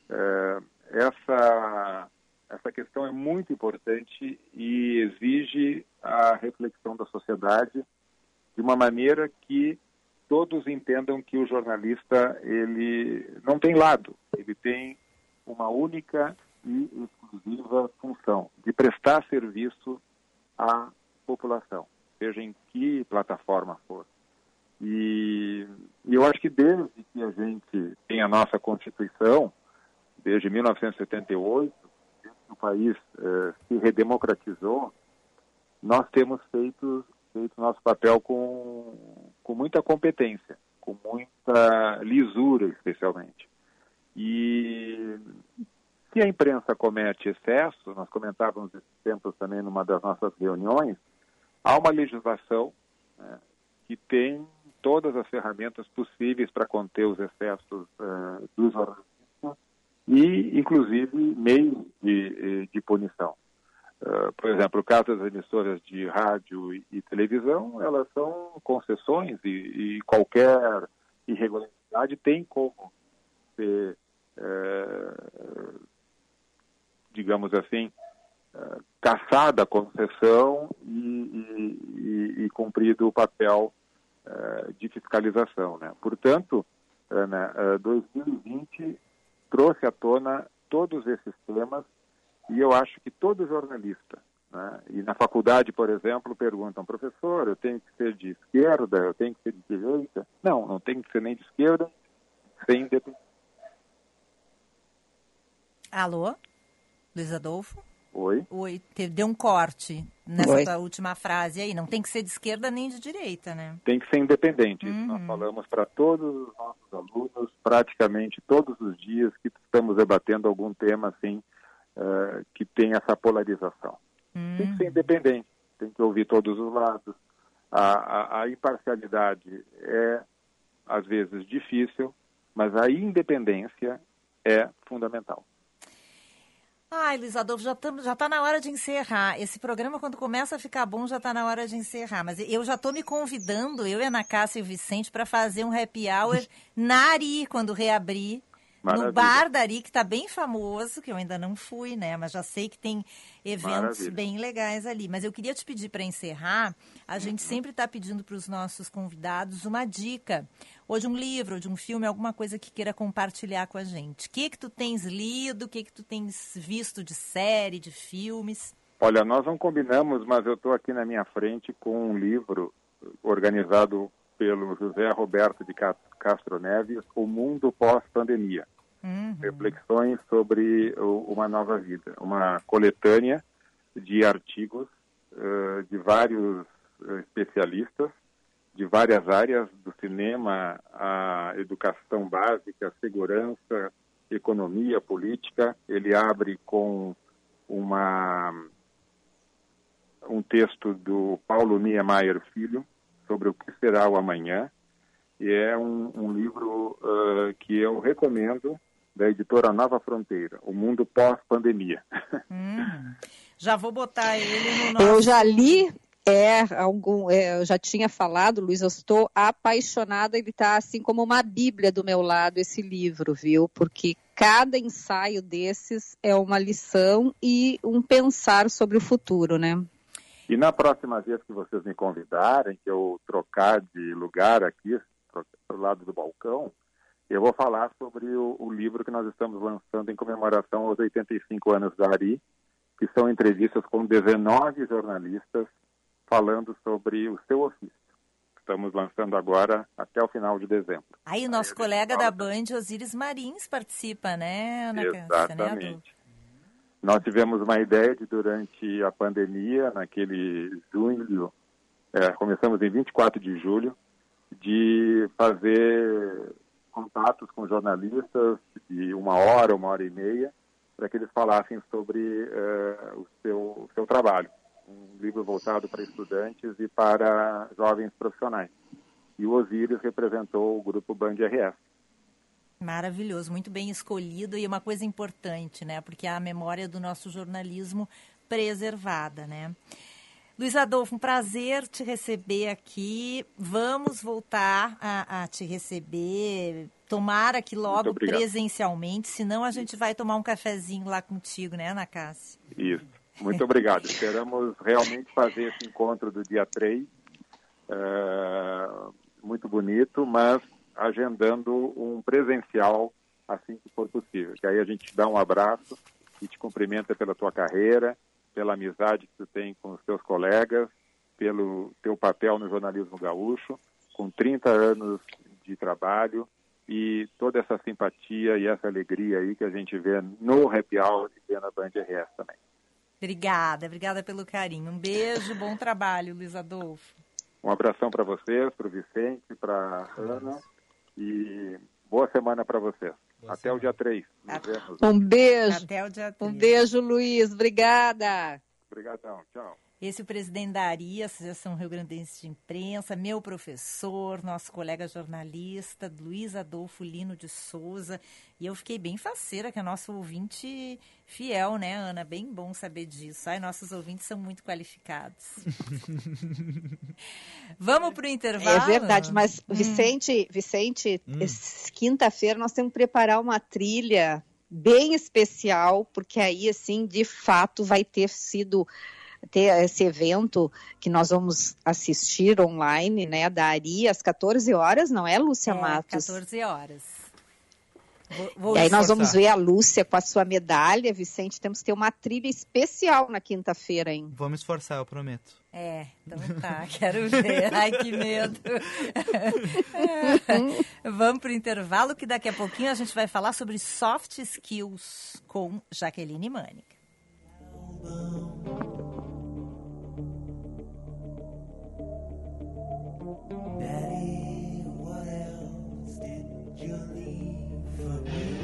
Essa questão é muito importante e exige a reflexão da sociedade de uma maneira que todos entendam que o jornalista ele não tem lado, ele tem uma única e exclusiva função de prestar serviço à população, seja em que plataforma for. E eu acho que desde que a gente tem a nossa Constituição, desde 1978, desde que o país se redemocratizou, nós temos feito nosso papel com muita competência, com muita lisura, especialmente. E se a imprensa comete excesso, nós comentávamos esses tempos também numa das nossas reuniões, há uma legislação, né, que tem todas as ferramentas possíveis para conter os excessos dos jornalistas e, inclusive, meios de punição. Por exemplo, o caso das emissoras de rádio e televisão, elas são concessões e qualquer irregularidade tem como ser, digamos assim, cassada a concessão e cumprido o papel de fiscalização, né? Portanto, Ana, 2020 trouxe à tona todos esses temas. E eu acho que todo jornalista, né, e na faculdade, por exemplo, perguntam, professor, eu tenho que ser de esquerda, eu tenho que ser de direita? Não, não tem que ser nem de esquerda, sem independência. Alô? Luiz Adolfo? Oi? Oi, deu um corte nessa tua última frase aí. Não tem que ser de esquerda nem de direita, né? Tem que ser independente. Isso nós falamos para todos os nossos alunos, praticamente todos os dias que estamos debatendo algum tema assim, que tem essa polarização. Tem que ser independente, tem que ouvir todos os lados. A imparcialidade é, às vezes, difícil, mas a independência é fundamental. Ai, Luiz Adolfo, já está na hora de encerrar. Esse programa, quando começa a ficar bom, já está na hora de encerrar. Mas eu já estou me convidando, eu e a Ana Cássia e o Vicente, para fazer um happy hour na ARI, quando reabrir. Maravilha. No Bar da ARI, que está bem famoso, que eu ainda não fui, né? Mas já sei que tem eventos bem legais ali. Mas eu queria te pedir para encerrar, a gente sempre está pedindo para os nossos convidados uma dica, ou de um livro, ou de um filme, alguma coisa que queira compartilhar com a gente. O que tu tens lido, o que tu tens visto de série, de filmes? Olha, nós não combinamos, mas eu estou aqui na minha frente com um livro organizado pelo José Roberto de Castro Neves, O Mundo Pós-Pandemia. Reflexões sobre uma nova vida. Uma coletânea de artigos de vários especialistas, de várias áreas, do cinema, a educação básica, a segurança, economia, política. Ele abre com um texto do Paulo Niemeyer Filho, sobre o que será o amanhã, e é um livro que eu recomendo, da editora Nova Fronteira, O Mundo Pós-Pandemia. Já vou botar ele no nosso... Eu já li, eu já tinha falado, Luiz, eu estou apaixonada, ele está assim como uma bíblia do meu lado, esse livro, viu? Porque cada ensaio desses é uma lição e um pensar sobre o futuro, né? E na próxima vez que vocês me convidarem, que eu trocar de lugar aqui, para o lado do balcão, eu vou falar sobre o livro que nós estamos lançando em comemoração aos 85 anos da ARI, que são entrevistas com 19 jornalistas falando sobre o seu ofício. Estamos lançando agora até o final de dezembro. Aí o nosso colega da Band, Osíris Marins, participa, né, Ana Cássia? Exatamente. Nós tivemos uma ideia de, durante a pandemia, naquele junho, começamos em 24 de julho, de fazer contatos com jornalistas de 1 hora, 1 e meia, para que eles falassem sobre o seu trabalho. Um livro voltado para estudantes e para jovens profissionais. E o Osíris representou o grupo Band RS. Maravilhoso, muito bem escolhido e uma coisa importante, né? Porque é a memória do nosso jornalismo preservada, né? Luiz Adolfo, um prazer te receber aqui. Vamos voltar a te receber, tomara que logo presencialmente, senão a gente vai tomar um cafezinho lá contigo, né, Ana Cássia? Isso, muito obrigado. Esperamos realmente fazer esse encontro do dia 3, muito bonito, mas agendando um presencial assim que for possível. Que aí a gente te dá um abraço e te cumprimenta pela tua carreira, pela amizade que tu tem com os teus colegas, pelo teu papel no jornalismo gaúcho, com 30 anos de trabalho e toda essa simpatia e essa alegria aí que a gente vê no Happy Hour e vê na Band RS também. Obrigada pelo carinho. Um beijo, bom trabalho, Luiz Adolfo. Um abração para vocês, para o Vicente, para a Ana e boa semana para vocês. Até o dia 3. Um beijo. Até o dia 3. Um beijo, Luiz. Obrigada. Obrigadão. Tchau. Esse é o presidente da ARI, Associação Rio Grandense de Imprensa, meu professor, nosso colega jornalista, Luiz Adolfo Lino de Souza. E eu fiquei bem faceira, que é nosso ouvinte fiel, né, Ana? Bem bom saber disso. Ai, nossos ouvintes são muito qualificados. Vamos para o intervalo? É verdade, mas Vicente, quinta-feira nós temos que preparar uma trilha bem especial, porque aí, assim, de fato, vai ter esse evento que nós vamos assistir online, né, da ARI, às 14 horas, não é, Lúcia Matos? 14 horas. E aí nós vamos ver a Lúcia com a sua medalha, Vicente, temos que ter uma trilha especial na quinta-feira, hein? Vamos esforçar, eu prometo. Então tá, quero ver. Ai, que medo. Vamos para o intervalo, que daqui a pouquinho a gente vai falar sobre soft skills com Jaqueline Mânica. Daddy, what else did you leave for me?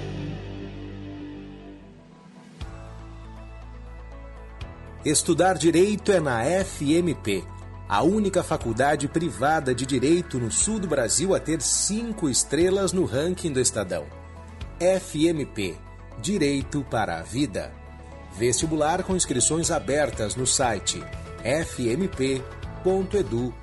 Estudar Direito é na FMP, a única faculdade privada de Direito no sul do Brasil a ter 5 estrelas no ranking do Estadão. FMP, Direito para a Vida. Vestibular com inscrições abertas no site fmp.edu.br.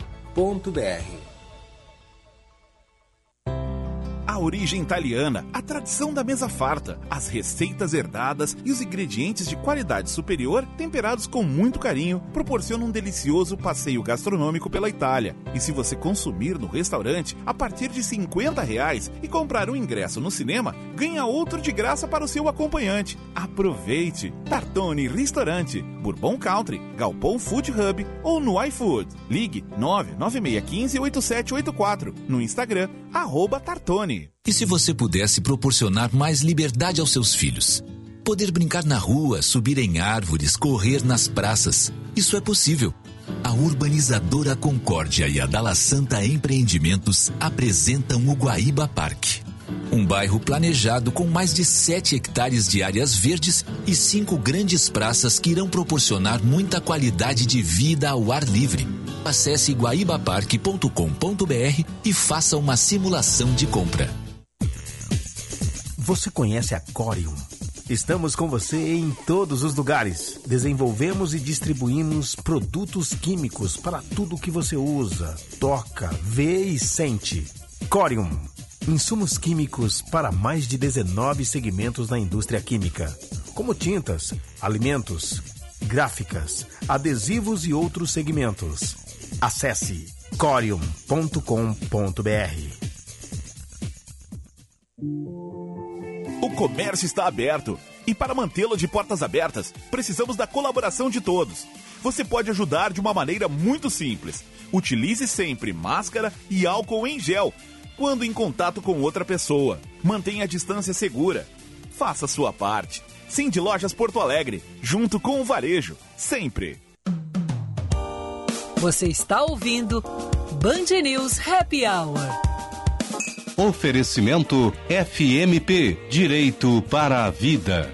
A origem italiana, a tradição da mesa farta, as receitas herdadas e os ingredientes de qualidade superior, temperados com muito carinho, proporcionam um delicioso passeio gastronômico pela Itália. E se você consumir no restaurante a partir de R$50 e comprar um ingresso no cinema, ganha outro de graça para o seu acompanhante. Aproveite! Tartone Restaurante, Bourbon Country, Galpão Food Hub ou no iFood. Ligue 99615-8784. No Instagram, @Tartone. E se você pudesse proporcionar mais liberdade aos seus filhos? Poder brincar na rua, subir em árvores, correr nas praças. Isso é possível. A urbanizadora Concórdia e a Dalla Santa Empreendimentos apresentam o Guaíba Parque. Um bairro planejado com mais de 7 hectares de áreas verdes e 5 grandes praças que irão proporcionar muita qualidade de vida ao ar livre. Acesse guaibaparque.com.br e faça uma simulação de compra. Você conhece a Corium? Estamos com você em todos os lugares. Desenvolvemos e distribuímos produtos químicos para tudo que você usa, toca, vê e sente. Corium. Insumos químicos para mais de 19 segmentos na indústria química, como tintas, alimentos, gráficas, adesivos e outros segmentos. Acesse corium.com.br. O comércio está aberto e para mantê-lo de portas abertas, precisamos da colaboração de todos. Você pode ajudar de uma maneira muito simples. Utilize sempre máscara e álcool em gel quando em contato com outra pessoa. Mantenha a distância segura. Faça a sua parte. Cindy Lojas Porto Alegre, junto com o varejo, sempre. Você está ouvindo Band News Happy Hour. Oferecimento FMP Direito para a Vida.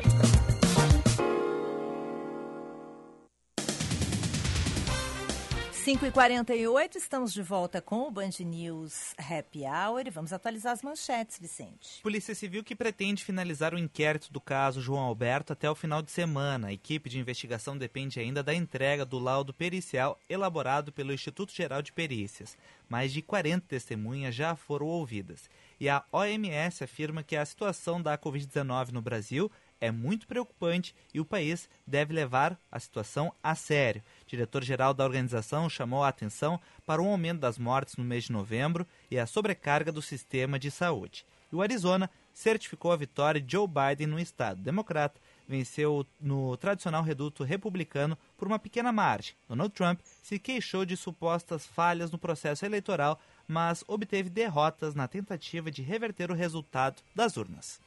5h48, estamos de volta com o Band News Happy Hour e vamos atualizar as manchetes, Vicente. Polícia Civil que pretende finalizar o inquérito do caso João Alberto até o final de semana. A equipe de investigação depende ainda da entrega do laudo pericial elaborado pelo Instituto Geral de Perícias. Mais de 40 testemunhas já foram ouvidas. E a OMS afirma que a situação da Covid-19 no Brasil é muito preocupante e o país deve levar a situação a sério. O diretor-geral da organização chamou a atenção para o aumento das mortes no mês de novembro e a sobrecarga do sistema de saúde. E o Arizona certificou a vitória de Joe Biden no estado. Democrata venceu no tradicional reduto republicano por uma pequena margem. Donald Trump se queixou de supostas falhas no processo eleitoral, mas obteve derrotas na tentativa de reverter o resultado das urnas.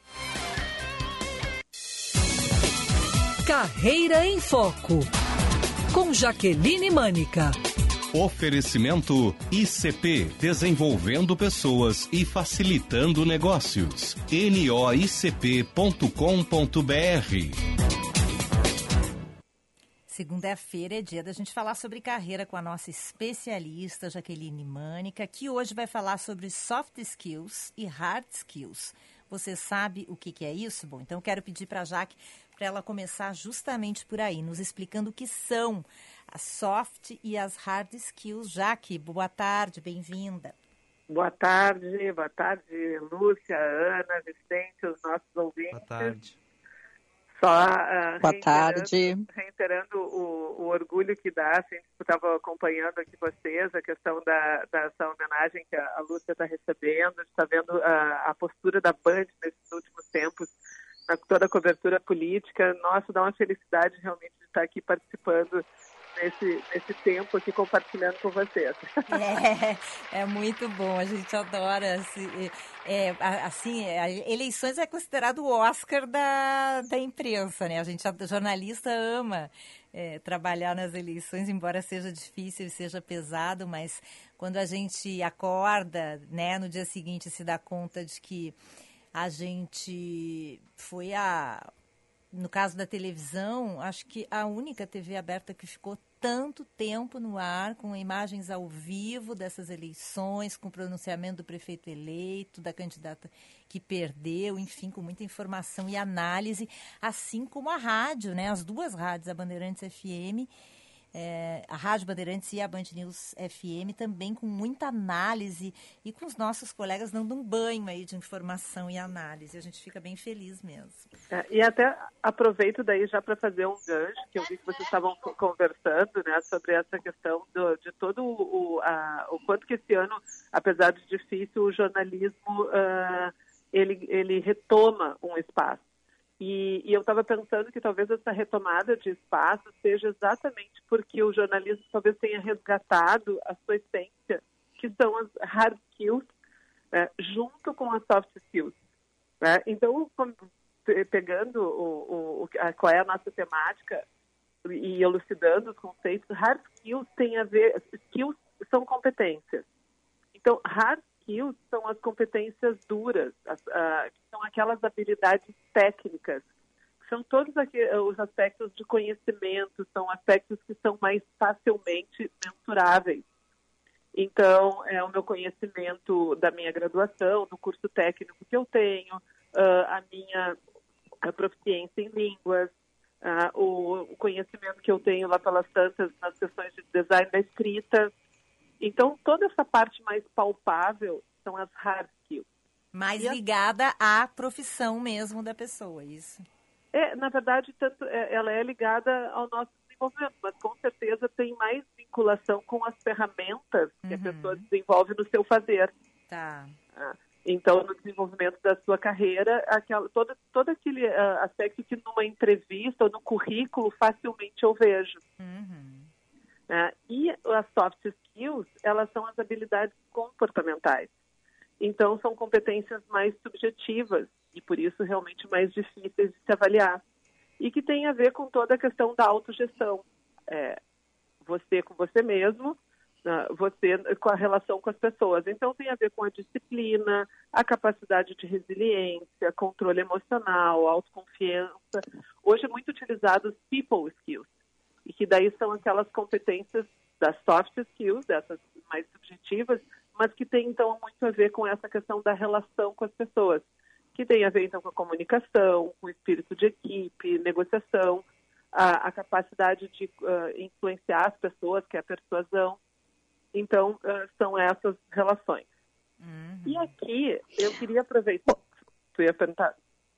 Carreira em Foco, com Jaqueline Mânica. Oferecimento ICP, desenvolvendo pessoas e facilitando negócios. noicp.com.br. Segunda-feira é dia da gente falar sobre carreira com a nossa especialista Jaqueline Mânica, que hoje vai falar sobre soft skills e hard skills. Você sabe o que é isso? Bom, então eu quero pedir para a Jaque para ela começar justamente por aí, nos explicando o que são as soft e as hard skills. Jaque, boa tarde, bem-vinda. Boa tarde, Lúcia, Ana, Vicente, os nossos ouvintes. Boa tarde. Só boa tarde. Reiterando o orgulho que dá, assim, eu estava acompanhando aqui vocês, a questão dessa homenagem que a Lúcia está recebendo, está vendo a postura da Band nesses últimos tempos, na toda a cobertura política. Nossa, dá uma felicidade realmente de estar aqui participando nesse tempo aqui, compartilhando com vocês. É muito bom, a gente adora. Eleições é considerado o Oscar da imprensa, né? A jornalista ama trabalhar nas eleições, embora seja difícil e seja pesado, mas quando a gente acorda, né, no dia seguinte se dá conta de que a gente foi no caso da televisão, acho que a única TV aberta que ficou tanto tempo no ar, com imagens ao vivo dessas eleições, com o pronunciamento do prefeito eleito, da candidata que perdeu, enfim, com muita informação e análise, assim como a rádio, né? As duas rádios, a Bandeirantes FM, a Rádio Bandeirantes e a Band News FM, também com muita análise e com os nossos colegas dando um banho aí de informação e análise. A gente fica bem feliz mesmo. E até aproveito daí já para fazer um gancho, que eu vi que vocês estavam conversando, né, sobre essa questão de todo o quanto que esse ano, apesar de difícil, o jornalismo ele retoma um espaço. E eu estava pensando que talvez essa retomada de espaço seja exatamente porque o jornalismo talvez tenha resgatado a sua essência, que são as hard skills, junto com as soft skills. Então, pegando qual é a nossa temática e elucidando os conceitos, hard skills tem a ver, skills são competências. Então, hard skills são as competências duras, são aquelas habilidades técnicas, são todos os aspectos de conhecimento, são aspectos que são mais facilmente mensuráveis. Então, é o meu conhecimento da minha graduação, do curso técnico que eu tenho, a minha proficiência em línguas, o conhecimento que eu tenho lá pelas tantas nas questões de design da escrita. Então, toda essa parte mais palpável são as hard skills. Mais ligada à profissão mesmo da pessoa, isso? Na verdade, ela é ligada ao nosso desenvolvimento, mas com certeza tem mais vinculação com as ferramentas que a pessoa desenvolve no seu fazer. Tá. Então, no desenvolvimento da sua carreira, todo aquele aspecto que numa entrevista ou no currículo facilmente eu vejo. E as soft skills, elas são as habilidades comportamentais. Então, são competências mais subjetivas e, por isso, realmente mais difíceis de se avaliar. E que tem a ver com toda a questão da autogestão. Você com você mesmo, você com a relação com as pessoas. Então, tem a ver com a disciplina, a capacidade de resiliência, controle emocional, autoconfiança. Hoje é muito utilizado os people skills, e que daí são aquelas competências das soft skills, dessas mais subjetivas, mas que tem, então, muito a ver com essa questão da relação com as pessoas, que tem a ver, então, com a comunicação, com o espírito de equipe, negociação, a capacidade de influenciar as pessoas, que é a persuasão. Então, são essas relações. E aqui, eu queria aproveitar... Tu ia perguntar?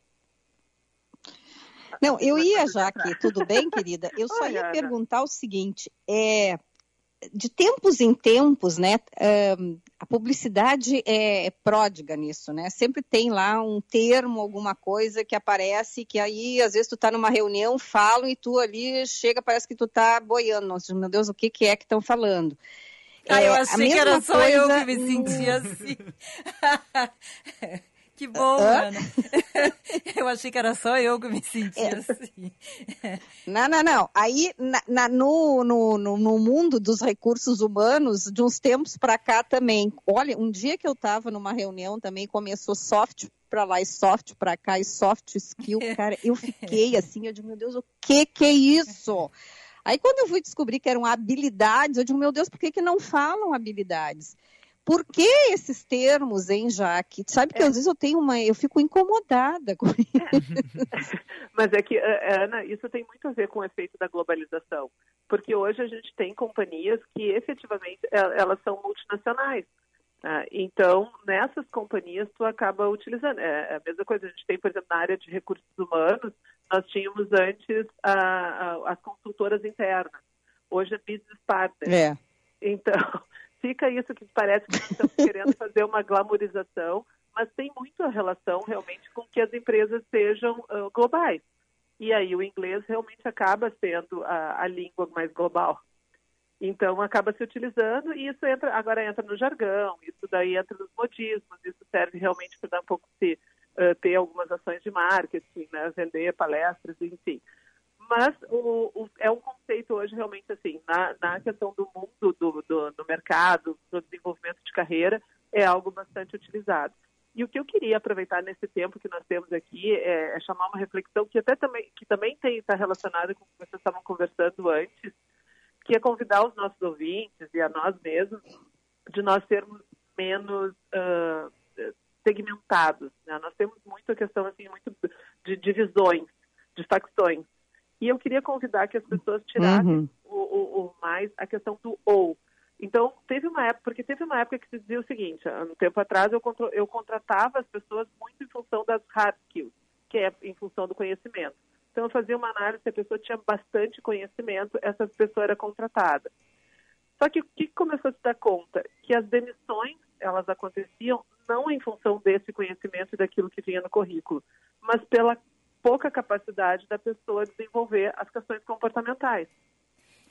Não, eu ia já aqui, tudo bem, querida? Eu só ia perguntar o seguinte, de tempos em tempos, né, a publicidade é pródiga nisso, né? Sempre tem lá um termo, alguma coisa que aparece, que aí, às vezes, tu tá numa reunião, falam, e tu ali chega, parece que tu tá boiando. Nossa, meu Deus, o que é que estão falando? Eu achei que era só eu que me sentia assim. Que bom, Ana. Eu achei que era só eu que me sentia assim. Não. Aí, no mundo dos recursos humanos, de uns tempos para cá também. Olha, um dia que eu estava numa reunião também, começou soft para lá e soft para cá e soft skill, cara, eu fiquei assim, eu digo, meu Deus, o que é isso? Aí, quando eu fui descobrir que eram habilidades, eu digo, meu Deus, por que não falam habilidades? Por que esses termos, hein, Jaque? Sabe que às vezes eu fico incomodada com isso. Mas é que, Ana, isso tem muito a ver com o efeito da globalização. Porque hoje a gente tem companhias que efetivamente elas são multinacionais. Então, nessas companhias, tu acaba utilizando. É a mesma coisa, a gente tem, por exemplo, na área de recursos humanos, nós tínhamos antes as consultoras internas. Hoje é business partner. Então, fica isso que parece que nós estamos querendo fazer uma glamorização, mas tem muito a relação realmente com que as empresas sejam globais. E aí o inglês realmente acaba sendo a língua mais global. Então, acaba se utilizando e isso agora entra no jargão, isso daí entra nos modismos, isso serve realmente para dar um pouco de ter algumas ações de marketing, né, vender palestras, enfim. Mas é um conceito hoje realmente assim, na questão do mundo, do mercado, do desenvolvimento de carreira, é algo bastante utilizado. E o que eu queria aproveitar nesse tempo que nós temos aqui é chamar uma reflexão que também está relacionada com o que vocês estavam conversando antes, que é convidar os nossos ouvintes e a nós mesmos de nós sermos menos segmentados. Né? Nós temos muita questão assim, muito de divisões, de facções. E eu queria convidar que as pessoas tirassem mais a questão do ou. Então, teve uma época que se dizia o seguinte, há um tempo atrás eu contratava as pessoas muito em função das hard skills, que é em função do conhecimento. Então, eu fazia uma análise, se a pessoa tinha bastante conhecimento, essa pessoa era contratada. Só que o que começou a se dar conta? Que as demissões, elas aconteciam não em função desse conhecimento e daquilo que vinha no currículo, mas pela pouca capacidade da pessoa desenvolver as questões comportamentais.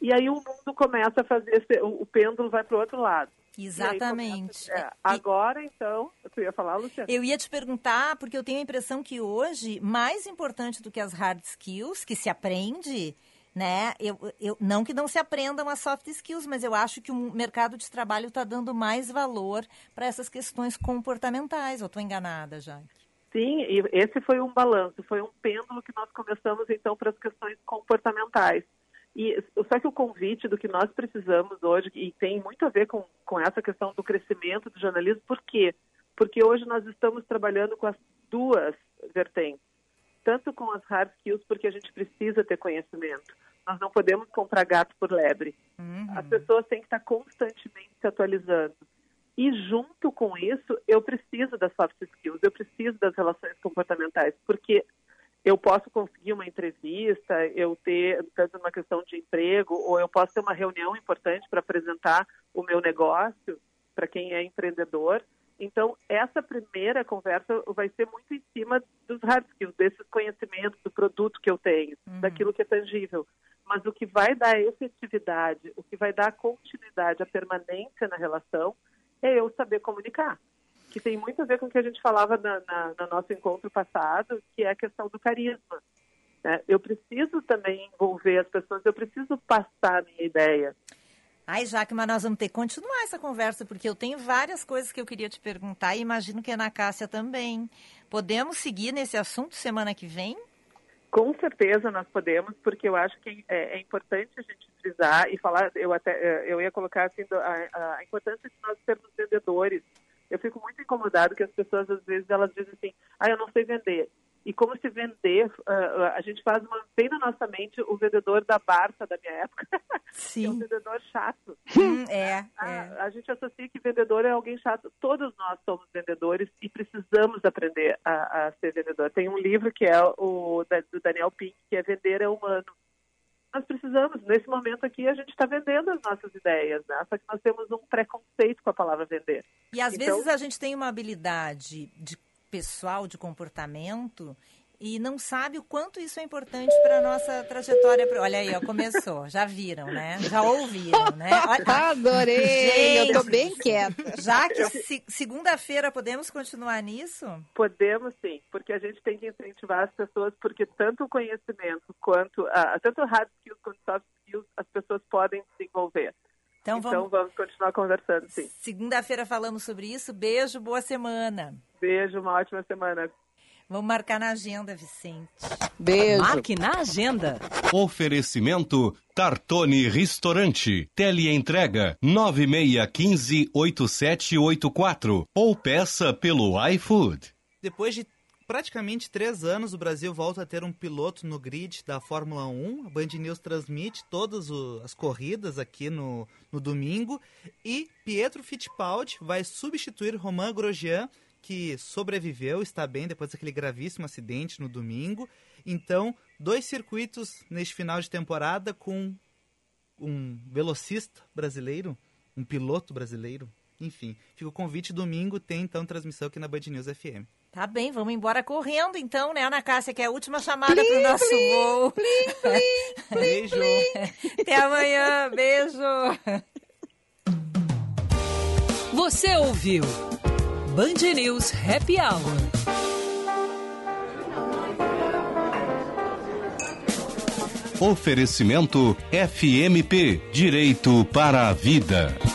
E aí o mundo começa a fazer, o pêndulo vai para o outro lado. Exatamente. Agora, então, tu ia falar, Luciana? Eu ia te perguntar, porque eu tenho a impressão que hoje, mais importante do que as hard skills, que se aprende, né? Não que não se aprendam as soft skills, mas eu acho que o mercado de trabalho está dando mais valor para essas questões comportamentais. Ou estou enganada, Jaque? Sim, e esse foi um balanço, foi um pêndulo que nós começamos, então, para as questões comportamentais. E só que o convite do que nós precisamos hoje, e tem muito a ver com essa questão do crescimento do jornalismo, por quê? Porque hoje nós estamos trabalhando com as duas vertentes, tanto com as hard skills, porque a gente precisa ter conhecimento. Nós não podemos comprar gato por lebre. As pessoas têm que estar constantemente se atualizando. E junto com isso, eu preciso das soft skills, eu preciso das relações comportamentais, porque eu posso conseguir uma entrevista, eu ter, tanto uma questão de emprego, ou eu posso ter uma reunião importante para apresentar o meu negócio para quem é empreendedor. Então, essa primeira conversa vai ser muito em cima dos hard skills, desses conhecimentos, do produto que eu tenho, daquilo que é tangível. Mas o que vai dar efetividade, o que vai dar continuidade, a permanência na relação, é eu saber comunicar. Que tem muito a ver com o que a gente falava no nosso encontro passado, que é a questão do carisma. Né? Eu preciso também envolver as pessoas, eu preciso passar a minha ideia. Ai, Jaque, mas nós vamos ter que continuar essa conversa, porque eu tenho várias coisas que eu queria te perguntar e imagino que a Ana Cássia também. Podemos seguir nesse assunto semana que vem? Com certeza nós podemos, porque eu acho que é importante a gente frisar e falar, eu ia colocar assim, a importância de nós sermos vendedores. Eu fico muito incomodado que as pessoas, às vezes, elas dizem assim, eu não sei vender. E como se vender, a gente faz bem na nossa mente o vendedor da Barça da minha época. Sim. É um vendedor chato. A gente associa que vendedor é alguém chato. Todos nós somos vendedores e precisamos aprender a ser vendedor. Tem um livro que é do Daniel Pink, que é Vender é Humano. Nós precisamos, nesse momento aqui, a gente está vendendo as nossas ideias, né? Só que nós temos um preconceito com a palavra vender. E às vezes a gente tem uma habilidade pessoal, de comportamento, e não sabe o quanto isso é importante para a nossa trajetória. Olha aí, começou. Já viram, né? Já ouviram, né? Adorei! Gente, eu tô bem quieta. Já que segunda-feira podemos continuar nisso? Podemos sim, porque a gente tem que incentivar as pessoas, porque tanto o conhecimento quanto, tanto hard skills quanto soft skills, as pessoas podem desenvolver. Então vamos continuar conversando, sim. Segunda-feira falamos sobre isso. Beijo, boa semana. Beijo, uma ótima semana. Vamos marcar na agenda, Vicente. Beijo. Marque na agenda. Oferecimento Tartone Restaurante. Teleentrega 9615-8784 ou peça pelo iFood. Depois de praticamente 3 anos, o Brasil volta a ter um piloto no grid da Fórmula 1. A Band News transmite todas as corridas aqui no domingo. E Pietro Fittipaldi vai substituir Romain Grosjean, que sobreviveu, está bem depois daquele gravíssimo acidente no domingo. Então, 2 circuitos neste final de temporada com um velocista brasileiro, um piloto brasileiro. Enfim, fica o convite, domingo tem então transmissão aqui na Band News FM. Tá bem, vamos embora correndo então, né, Ana Cássia, que é a última chamada para o nosso voo. Beijo. Até amanhã, beijo. Você ouviu Band News Happy Hour. Oferecimento FMP Direito para a Vida.